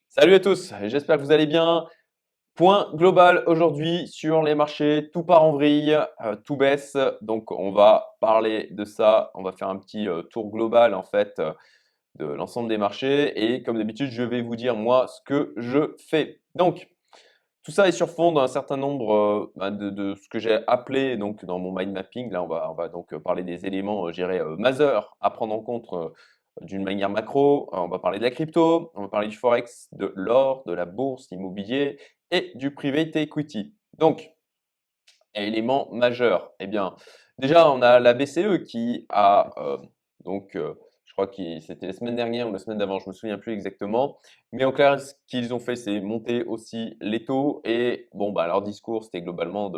Salut à tous, j'espère que vous allez bien. Point global aujourd'hui sur les marchés, tout part en vrille, tout baisse. Donc on va parler de ça, on va faire un petit tour global en fait de l'ensemble des marchés et comme d'habitude je vais vous dire moi ce que je fais. Donc tout ça est sur fond d'un certain nombre de ce que j'ai appelé donc dans mon mind mapping. Là, on va donc parler des éléments, je dirais, majeurs à prendre en compte d'une manière macro. On va parler de la crypto, on va parler du forex, de l'or, de la bourse, l'immobilier et du private equity. Donc, éléments majeurs. Eh bien, déjà, on a la BCE qui a donc, je crois que c'était la semaine dernière ou la semaine d'avant, je me souviens plus exactement. Mais en clair, ce qu'ils ont fait, c'est monter aussi les taux. Et bon, bah, leur discours, c'était globalement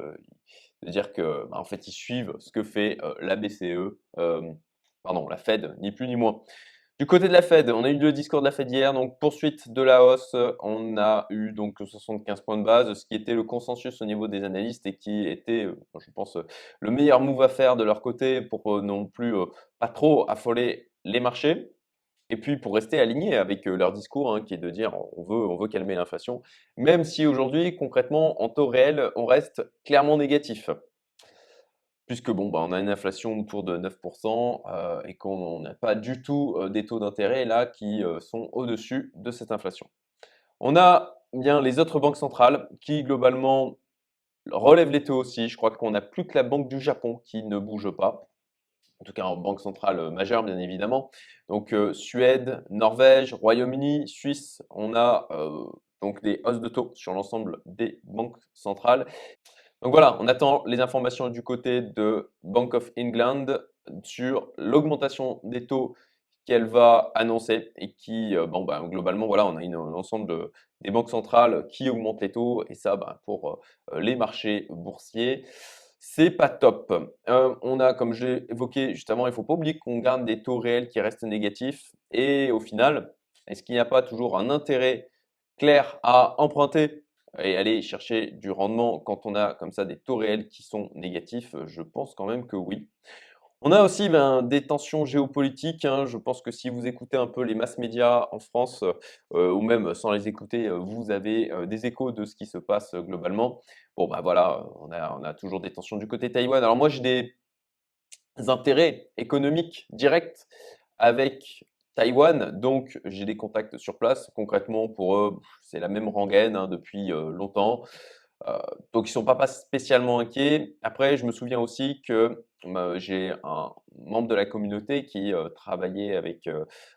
de dire que, bah, en fait, ils suivent ce que fait la BCE, pardon, la Fed, ni plus ni moins. Du côté de la Fed, on a eu le discours de la Fed hier, donc poursuite de la hausse. On a eu donc 75 points de base, ce qui était le consensus au niveau des analystes et qui était, je pense, le meilleur move à faire de leur côté pour non plus pas trop affoler les marchés. Et puis pour rester aligné avec leur discours, hein, qui est de dire on veut calmer l'inflation, même si aujourd'hui, concrètement, en taux réel, on reste clairement négatif. Puisque bon, bah, on a une inflation autour de 9 et qu'on n'a pas du tout, des taux d'intérêt là qui, sont au-dessus de cette inflation. On a bien les autres banques centrales qui globalement relèvent les taux aussi. Je crois qu'on n'a plus que la Banque du Japon qui ne bouge pas. En tout cas en banque centrale, majeure bien évidemment. Donc, Suède, Norvège, Royaume-Uni, Suisse, on a, donc des hausses de taux sur l'ensemble des banques centrales. Donc voilà, on attend les informations du côté de Bank of England sur l'augmentation des taux qu'elle va annoncer et qui, bon, bah, globalement, voilà, on a un ensemble des banques centrales qui augmentent les taux et ça, bah, pour les marchés boursiers, c'est pas top. On a, comme j'ai évoqué justement, il ne faut pas oublier qu'on garde des taux réels qui restent négatifs et au final, est-ce qu'il n'y a pas toujours un intérêt clair à emprunter et aller chercher du rendement quand on a comme ça des taux réels qui sont négatifs? Je pense quand même que oui. On a aussi, ben, des tensions géopolitiques, hein. Je pense que si vous écoutez un peu les masses médias en France, ou même sans les écouter, vous avez, des échos de ce qui se passe, globalement. Bon, bah, voilà, on a toujours des tensions du côté de Taïwan. Alors moi, j'ai des intérêts économiques directs avec Taïwan, donc j'ai des contacts sur place. Concrètement, pour eux, c'est la même rengaine, hein, depuis, longtemps. Heu, donc ils sont pas spécialement inquiets. Après, je me souviens aussi que, j'ai un membre de la communauté qui, travaillait avec,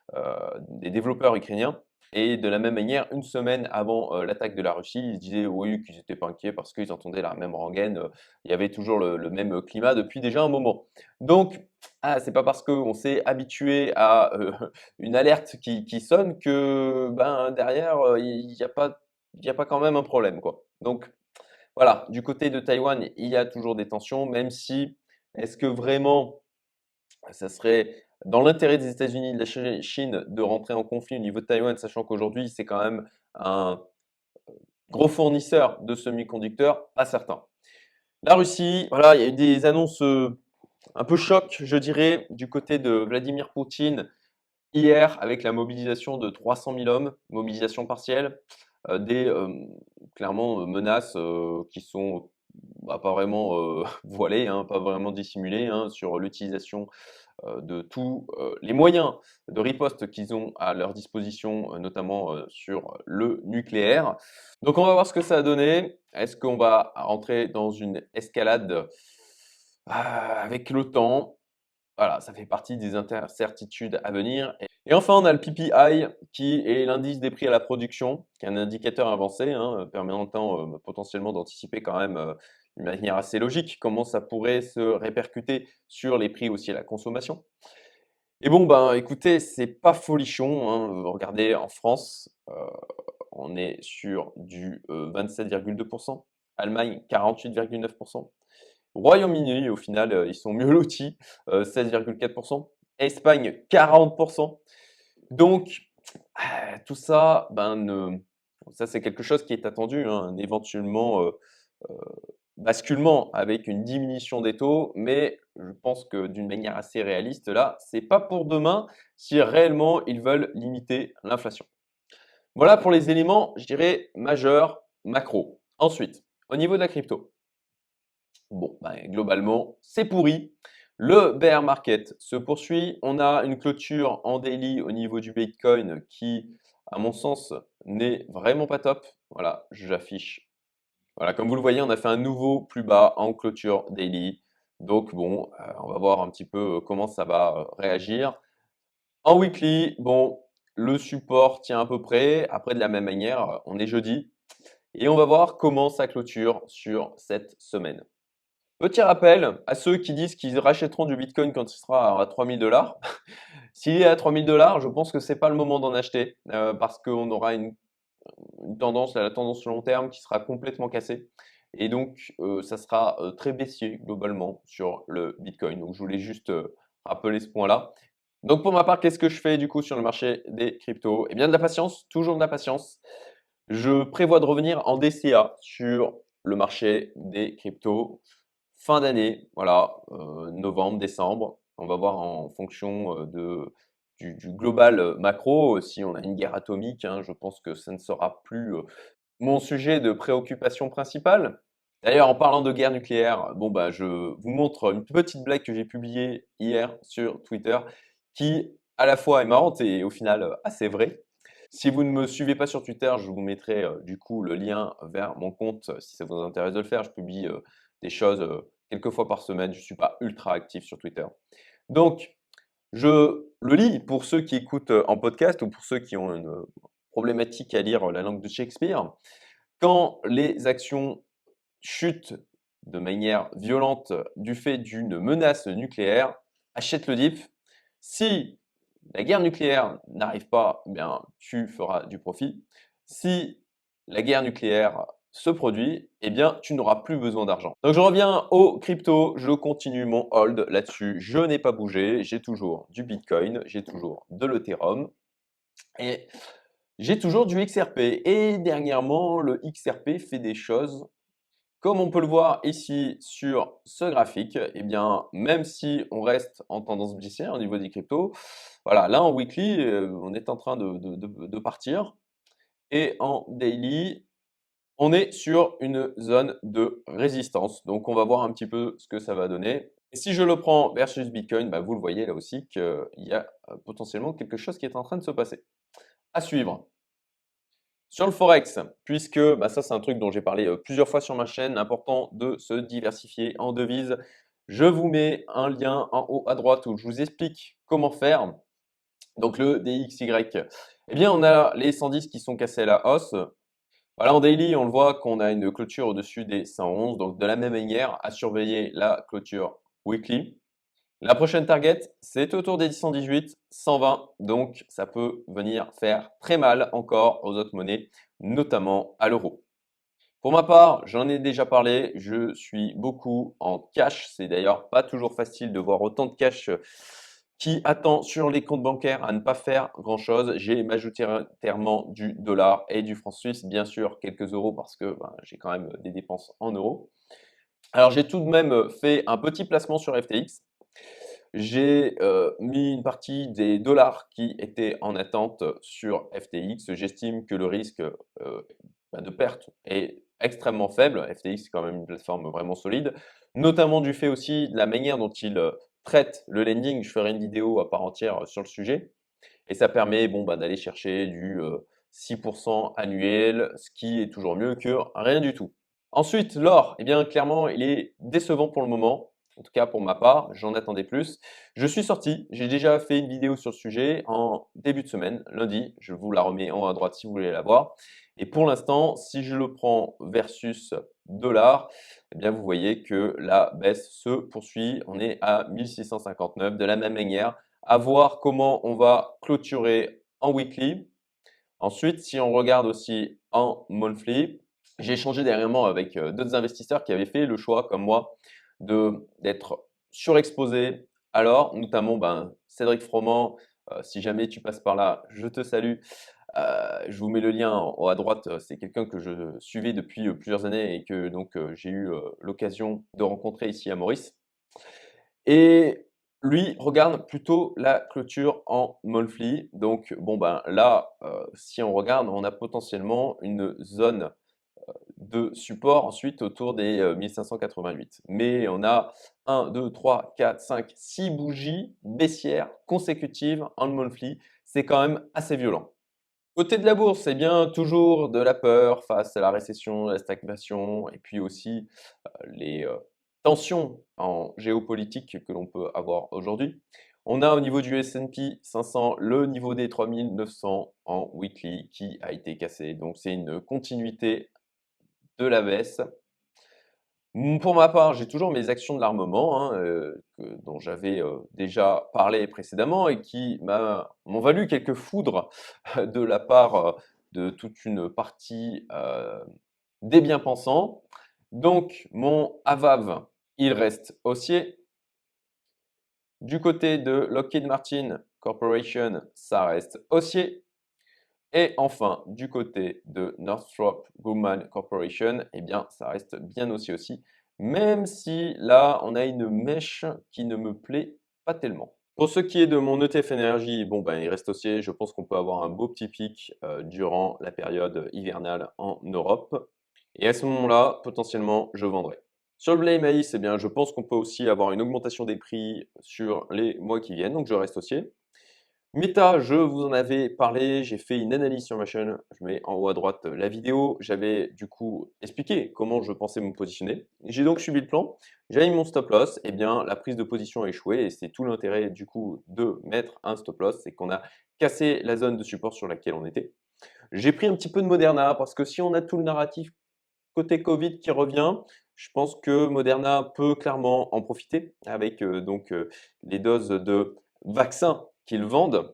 des développeurs ukrainiens et de la même manière, une semaine avant, l'attaque de la Russie, ils disaient oui, qu'ils étaient pas inquiets parce qu'ils entendaient la même rengaine, il y avait toujours le même climat depuis déjà un moment. Donc, c'est pas parce qu'on s'est habitué à, une alerte qui sonne que, ben, derrière, il y a pas quand même un problème, quoi. Donc voilà, du côté de Taïwan, il y a toujours des tensions, même si est-ce que vraiment ça serait dans l'intérêt des États-Unis, de la Chine de rentrer en conflit au niveau de Taïwan, sachant qu'aujourd'hui, c'est quand même un gros fournisseur de semi-conducteurs? Pas certain. La Russie, voilà, il y a eu des annonces, un peu choc, je dirais, du côté de Vladimir Poutine hier avec la mobilisation de 300 000 hommes, mobilisation partielle, des, clairement, menaces, qui sont, bah, pas vraiment, voilées, hein, pas vraiment dissimulées, hein, sur l'utilisation, de tous, les moyens de riposte qu'ils ont à leur disposition, notamment, sur le nucléaire. Donc on va voir ce que ça a donné. Est-ce qu'on va rentrer dans une escalade, avec l'OTAN? Voilà, ça fait partie des incertitudes à venir. Et enfin, on a le PPI qui est l'indice des prix à la production, qui est un indicateur avancé, hein, permettant potentiellement d'anticiper quand même d'une manière assez logique comment ça pourrait se répercuter sur les prix aussi à la consommation. Et bon, ben écoutez, c'est pas folichon, hein. Regardez en France, on est sur du 27,2%, Allemagne 48,9%. Royaume-Uni, au final, ils sont mieux lotis, 16,4%. Espagne, 40%. Donc, tout ça, ben, ça c'est quelque chose qui est attendu, hein, un éventuellement, heu, basculement avec une diminution des taux, mais je pense que d'une manière assez réaliste là, c'est pas pour demain si réellement ils veulent limiter l'inflation. Voilà pour les éléments, je dirais, majeurs macro. Ensuite, au niveau de la crypto, bon, globalement, c'est pourri. Le bear market se poursuit. On a une clôture en daily au niveau du Bitcoin qui, à mon sens, n'est vraiment pas top. Voilà, j'affiche. Voilà, comme vous le voyez, on a fait un nouveau plus bas en clôture daily. Donc bon, on va voir un petit peu comment ça va réagir. En weekly, bon, le support tient à peu près. Après, de la même manière, on est jeudi et on va voir comment ça clôture sur cette semaine. Petit rappel à ceux qui disent qu'ils rachèteront du Bitcoin quand il sera à 3000 $. S'il est à 3000 $, je pense que c'est pas le moment d'en acheter parce qu'on aura une tendance, la tendance long terme qui sera complètement cassée. Et donc, ça sera très baissier globalement sur le Bitcoin. Donc, je voulais juste rappeler ce point-là. Donc, pour ma part, qu'est-ce que je fais du coup sur le marché des cryptos? Eh bien, de la patience, toujours de la patience. Je prévois de revenir en DCA sur le marché des cryptos fin d'année, voilà, novembre, décembre. On va voir en fonction du global macro. Si on a une guerre atomique, hein, je pense que ça ne sera plus mon sujet de préoccupation principale. D'ailleurs, en parlant de guerre nucléaire, bon, je vous montre une petite blague que j'ai publiée hier sur Twitter qui, à la fois, est marrante et au final assez vraie. Si vous ne me suivez pas sur Twitter, je vous mettrai du coup le lien vers mon compte si ça vous intéresse de le faire. Je publie des choses quelques fois par semaine. Je ne suis pas ultra actif sur Twitter. Donc, je le lis pour ceux qui écoutent en podcast ou pour ceux qui ont une problématique à lire la langue de Shakespeare. Quand les actions chutent de manière violente du fait d'une menace nucléaire, achète le dip. Si la guerre nucléaire n'arrive pas, eh bien, tu feras du profit. Si la guerre nucléaire se produit, eh bien, tu n'auras plus besoin d'argent. Donc, je reviens au crypto, je continue mon hold là-dessus. Je n'ai pas bougé, j'ai toujours du Bitcoin, j'ai toujours de l'Ethereum et j'ai toujours du XRP. Et dernièrement, le XRP fait des choses comme on peut le voir ici sur ce graphique, eh bien, même si on reste en tendance baissière au niveau des cryptos, voilà, là en weekly, on est en train de partir. Et en daily, on est sur une zone de résistance. Donc, on va voir un petit peu ce que ça va donner. Et si je le prends versus Bitcoin, vous le voyez là aussi qu'il y a potentiellement quelque chose qui est en train de se passer. À suivre. Sur le forex, puisque ça c'est un truc dont j'ai parlé plusieurs fois sur ma chaîne, important de se diversifier en devises. Je vous mets un lien en haut à droite où je vous explique comment faire. Donc le DXY, eh bien on a les 110 qui sont cassés à la hausse. Voilà, en daily, on le voit qu'on a une clôture au-dessus des 111. Donc de la même manière, à surveiller la clôture weekly. La prochaine target, c'est autour des 118, 120. Donc, ça peut venir faire très mal encore aux autres monnaies, notamment à l'euro. Pour ma part, j'en ai déjà parlé, je suis beaucoup en cash. C'est d'ailleurs pas toujours facile de voir autant de cash qui attend sur les comptes bancaires à ne pas faire grand-chose. J'ai majoritairement du dollar et du franc suisse, bien sûr quelques euros parce que j'ai quand même des dépenses en euros. Alors, j'ai tout de même fait un petit placement sur FTX. J'ai mis une partie des dollars qui étaient en attente sur FTX. J'estime que le risque de perte est extrêmement faible. FTX est quand même une plateforme vraiment solide, notamment du fait aussi de la manière dont il traite le lending. Je ferai une vidéo à part entière sur le sujet. Et ça permet d'aller chercher du 6% annuel, ce qui est toujours mieux que rien du tout. Ensuite, l'or, eh bien clairement, il est décevant pour le moment. En tout cas, pour ma part, j'en attendais plus. Je suis sorti, j'ai déjà fait une vidéo sur le sujet en début de semaine, lundi. Je vous la remets en haut à droite si vous voulez la voir. Et pour l'instant, si je le prends versus dollar, eh bien vous voyez que la baisse se poursuit. On est à 1659 de la même manière. À voir comment on va clôturer en weekly. Ensuite, si on regarde aussi en monthly, j'ai échangé dernièrement avec d'autres investisseurs qui avaient fait le choix, comme moi, d'être surexposés. Alors, notamment Cédric Froment, si jamais tu passes par là, je te salue. Je vous mets le lien en haut à droite. C'est quelqu'un que je suivais depuis plusieurs années et que donc j'ai eu l'occasion de rencontrer ici à Maurice. Et Lui regarde plutôt la clôture en monthly. Donc bon, ben, là, si on regarde, on a potentiellement une zone de support ensuite autour des 1588. Mais on a 1, 2, 3, 4, 5, 6 bougies baissières consécutives en monthly. C'est quand même assez violent. Côté de la bourse, eh bien, toujours de la peur face à la récession, la stagnation et puis aussi les tensions en géopolitique que l'on peut avoir aujourd'hui. On a au niveau du S&P 500 le niveau des 3900 en weekly qui a été cassé. Donc c'est une continuité de la baisse. Pour ma part, j'ai toujours mes actions de l'armement, hein, dont j'avais déjà parlé précédemment et qui m'ont valu quelques foudres de la part de toute une partie des bien-pensants. Donc, mon AVAV, il reste haussier. Du côté de Lockheed Martin Corporation, ça reste haussier. Et enfin, du côté de Northrop Grumman Corporation, eh bien, ça reste bien haussier aussi, même si là, on a une mèche qui ne me plaît pas tellement. Pour ce qui est de mon ETF énergie, bon, ben, il reste haussier. Je pense qu'on peut avoir un beau petit pic durant la période hivernale en Europe. Et à ce moment-là, potentiellement, je vendrai. Sur le blé et maïs, eh bien, je pense qu'on peut aussi avoir une augmentation des prix sur les mois qui viennent, donc je reste haussier. Meta, je vous en avais parlé, j'ai fait une analyse sur ma chaîne, je mets en haut à droite la vidéo. J'avais du coup expliqué comment je pensais me positionner. J'ai donc suivi le plan, j'ai mis mon stop loss, et bien la prise de position a échoué et c'est tout l'intérêt du coup de mettre un stop loss, c'est qu'on a cassé la zone de support sur laquelle on était. J'ai pris un petit peu de Moderna parce que si on a tout le narratif côté Covid qui revient, je pense que Moderna peut clairement en profiter avec les doses de vaccins qu'ils vendent.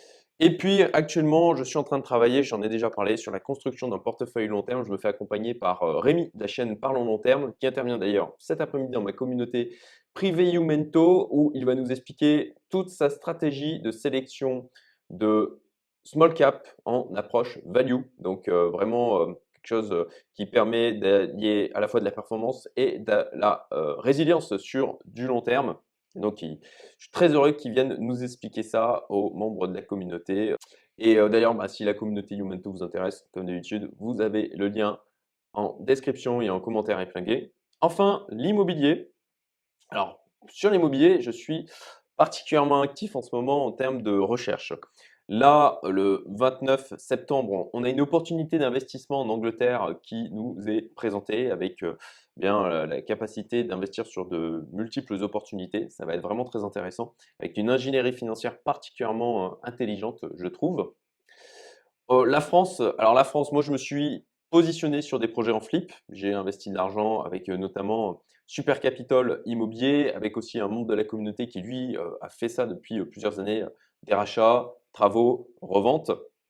Et puis actuellement, je suis en train de travailler, j'en ai déjà parlé, sur la construction d'un portefeuille long terme. Je me fais accompagner par Rémi de la chaîne Parlons Long Terme, qui intervient d'ailleurs cet après-midi dans ma communauté privée Youmento, où il va nous expliquer toute sa stratégie de sélection de small cap en approche value. Donc vraiment quelque chose qui permet d'allier à la fois de la performance et de la résilience sur du long terme. Donc, je suis très heureux qu'ils viennent nous expliquer ça aux membres de la communauté. Et d'ailleurs, si la communauté Youmento vous intéresse, comme d'habitude, vous avez le lien en description et en commentaire épinglé. Enfin, l'immobilier. Alors, sur l'immobilier, je suis particulièrement actif en ce moment en termes de recherche. Là, le 29 septembre, on a une opportunité d'investissement en Angleterre qui nous est présentée avec bien la capacité d'investir sur de multiples opportunités. Ça va être vraiment très intéressant, avec une ingénierie financière particulièrement intelligente, je trouve. La France, alors la France, moi je me suis positionné sur des projets en flip. J'ai investi de l'argent avec notamment Super Capital Immobilier, avec aussi un membre de la communauté qui lui a fait ça depuis plusieurs années, des rachats, travaux, reventes.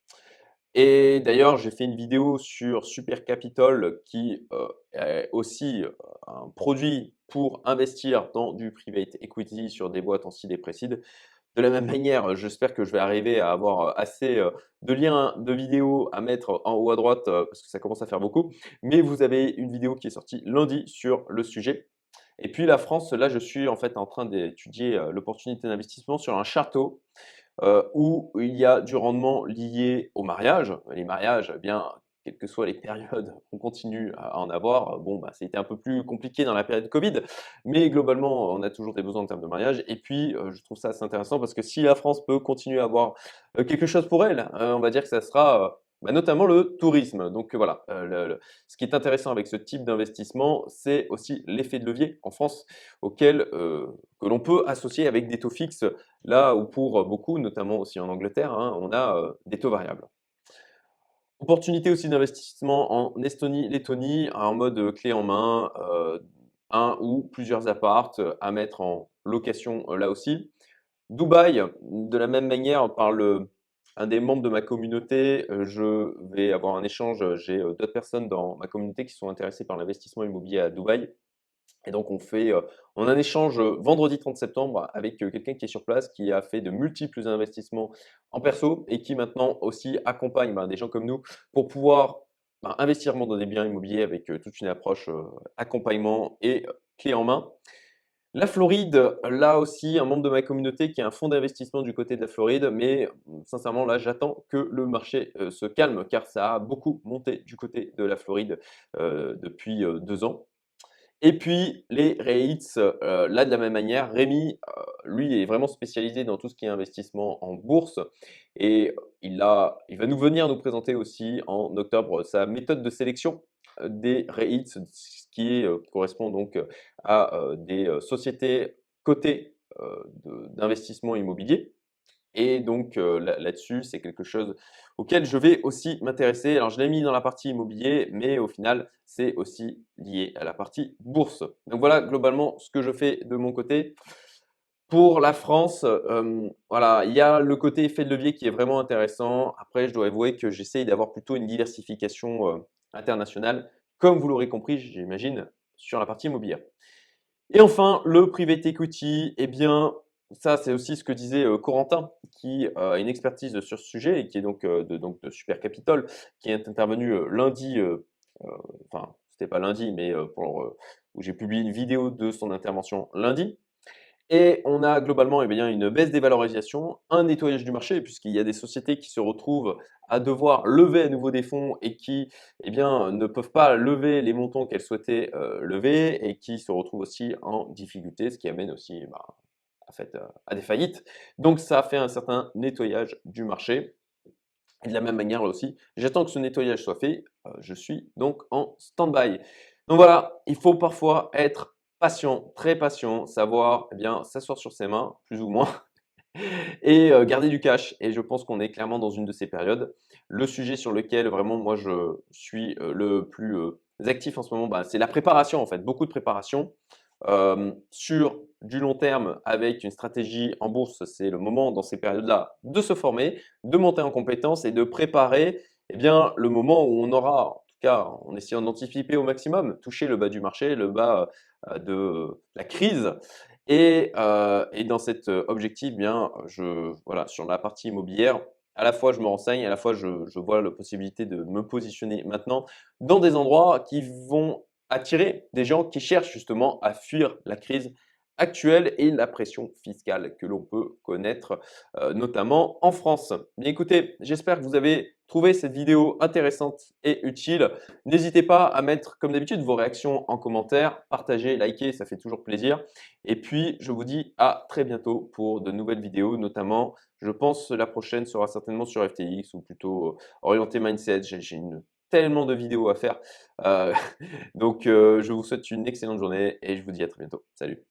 Et d'ailleurs, j'ai fait une vidéo sur Super Capital qui est aussi un produit pour investir dans du private equity sur des boîtes en seed et pre-seed. De la même manière, j'espère que je vais arriver à avoir assez de liens de vidéos à mettre en haut à droite parce que ça commence à faire beaucoup. Mais vous avez une vidéo qui est sortie lundi sur le sujet. Et puis la France, là, je suis en fait en train d'étudier l'opportunité d'investissement sur un château où il y a du rendement lié au mariage. Les mariages, eh bien, quelles que soient les périodes, on continue à en avoir. Bon, c'était un peu plus compliqué dans la période Covid, mais globalement, on a toujours des besoins en termes de mariage. Et puis, je trouve ça assez intéressant parce que si la France peut continuer à avoir quelque chose pour elle, on va dire que ça sera notamment le tourisme. Donc voilà, ce qui est intéressant avec ce type d'investissement, c'est aussi l'effet de levier en France auquel que l'on peut associer avec des taux fixes. Là où pour beaucoup, notamment aussi en Angleterre, hein, on a des taux variables. Opportunité aussi d'investissement en Estonie, Lettonie, en mode clé en main, un ou plusieurs appartes à mettre en location là aussi. Dubaï, de la même manière, par un des membres de ma communauté, je vais avoir un échange. J'ai d'autres personnes dans ma communauté qui sont intéressées par l'investissement immobilier à Dubaï. Et donc on a un échange vendredi 30 septembre avec quelqu'un qui est sur place, qui a fait de multiples investissements en perso et qui maintenant aussi accompagne des gens comme nous pour pouvoir investir dans des biens immobiliers avec toute une approche accompagnement et clé en main. La Floride, là aussi, un membre de ma communauté qui a un fonds d'investissement du côté de la Floride, mais sincèrement, là, j'attends que le marché se calme, car ça a beaucoup monté du côté de la Floride depuis 2 ans. Et puis les REITs, là de la même manière, Rémi, lui est vraiment spécialisé dans tout ce qui est investissement en bourse et il va nous venir nous présenter aussi en octobre sa méthode de sélection, des REITs, ce qui correspond donc, à, des, sociétés cotées, d'investissement immobilier. Et donc, là-dessus, c'est quelque chose auquel je vais aussi m'intéresser. Alors, je l'ai mis dans la partie immobilier, mais au final, c'est aussi lié à la partie bourse. Donc voilà, globalement, ce que je fais de mon côté. Pour la France, voilà, il y a le côté effet de levier qui est vraiment intéressant. Après, je dois avouer que j'essaye d'avoir plutôt une diversification, internationale, comme vous l'aurez compris, j'imagine, sur la partie immobilière. Et enfin, le private equity, eh bien, ça, c'est aussi ce que disait Corentin, qui a une expertise sur ce sujet et qui est donc de Super Capital, qui est intervenu lundi, euh, enfin, c'était pas lundi, mais où j'ai publié une vidéo de son intervention lundi. Et on a globalement eh bien, une baisse des valorisations, un nettoyage du marché, puisqu'il y a des sociétés qui se retrouvent à devoir lever à nouveau des fonds et qui eh bien, ne peuvent pas lever les montants qu'elles souhaitaient lever et qui se retrouvent aussi en difficulté, ce qui amène aussi à des faillites. Donc ça fait un certain nettoyage du marché. Et de la même manière là aussi, j'attends que ce nettoyage soit fait, je suis donc en stand-by. Donc voilà, il faut parfois être patient, très patient, savoir eh bien s'asseoir sur ses mains, plus ou moins, et garder du cash. Et je pense qu'on est clairement dans une de ces périodes. Le sujet sur lequel vraiment moi je suis le plus actif en ce moment, bah, c'est la préparation en fait, beaucoup de préparation. Sur du long terme, avec une stratégie en bourse, c'est le moment dans ces périodes-là de se former, de monter en compétences et de préparer eh bien, le moment où on aura, en tout cas en essayant d'anticiper au maximum, toucher le bas du marché, le bas de la crise. Et dans cet objectif, eh bien, voilà, sur la partie immobilière, à la fois je me renseigne, à la fois je vois la possibilité de me positionner maintenant dans des endroits qui vont attirer des gens qui cherchent justement à fuir la crise actuelle et la pression fiscale que l'on peut connaître, notamment en France. Bien écoutez, j'espère que vous avez trouvé cette vidéo intéressante et utile. N'hésitez pas à mettre, comme d'habitude, vos réactions en commentaire, partager, liker, ça fait toujours plaisir. Et puis, je vous dis à très bientôt pour de nouvelles vidéos, notamment, je pense, la prochaine sera certainement sur FTX ou plutôt orienté mindset. J'ai tellement de vidéos à faire. Donc, je vous souhaite une excellente journée et je vous dis à très bientôt. Salut.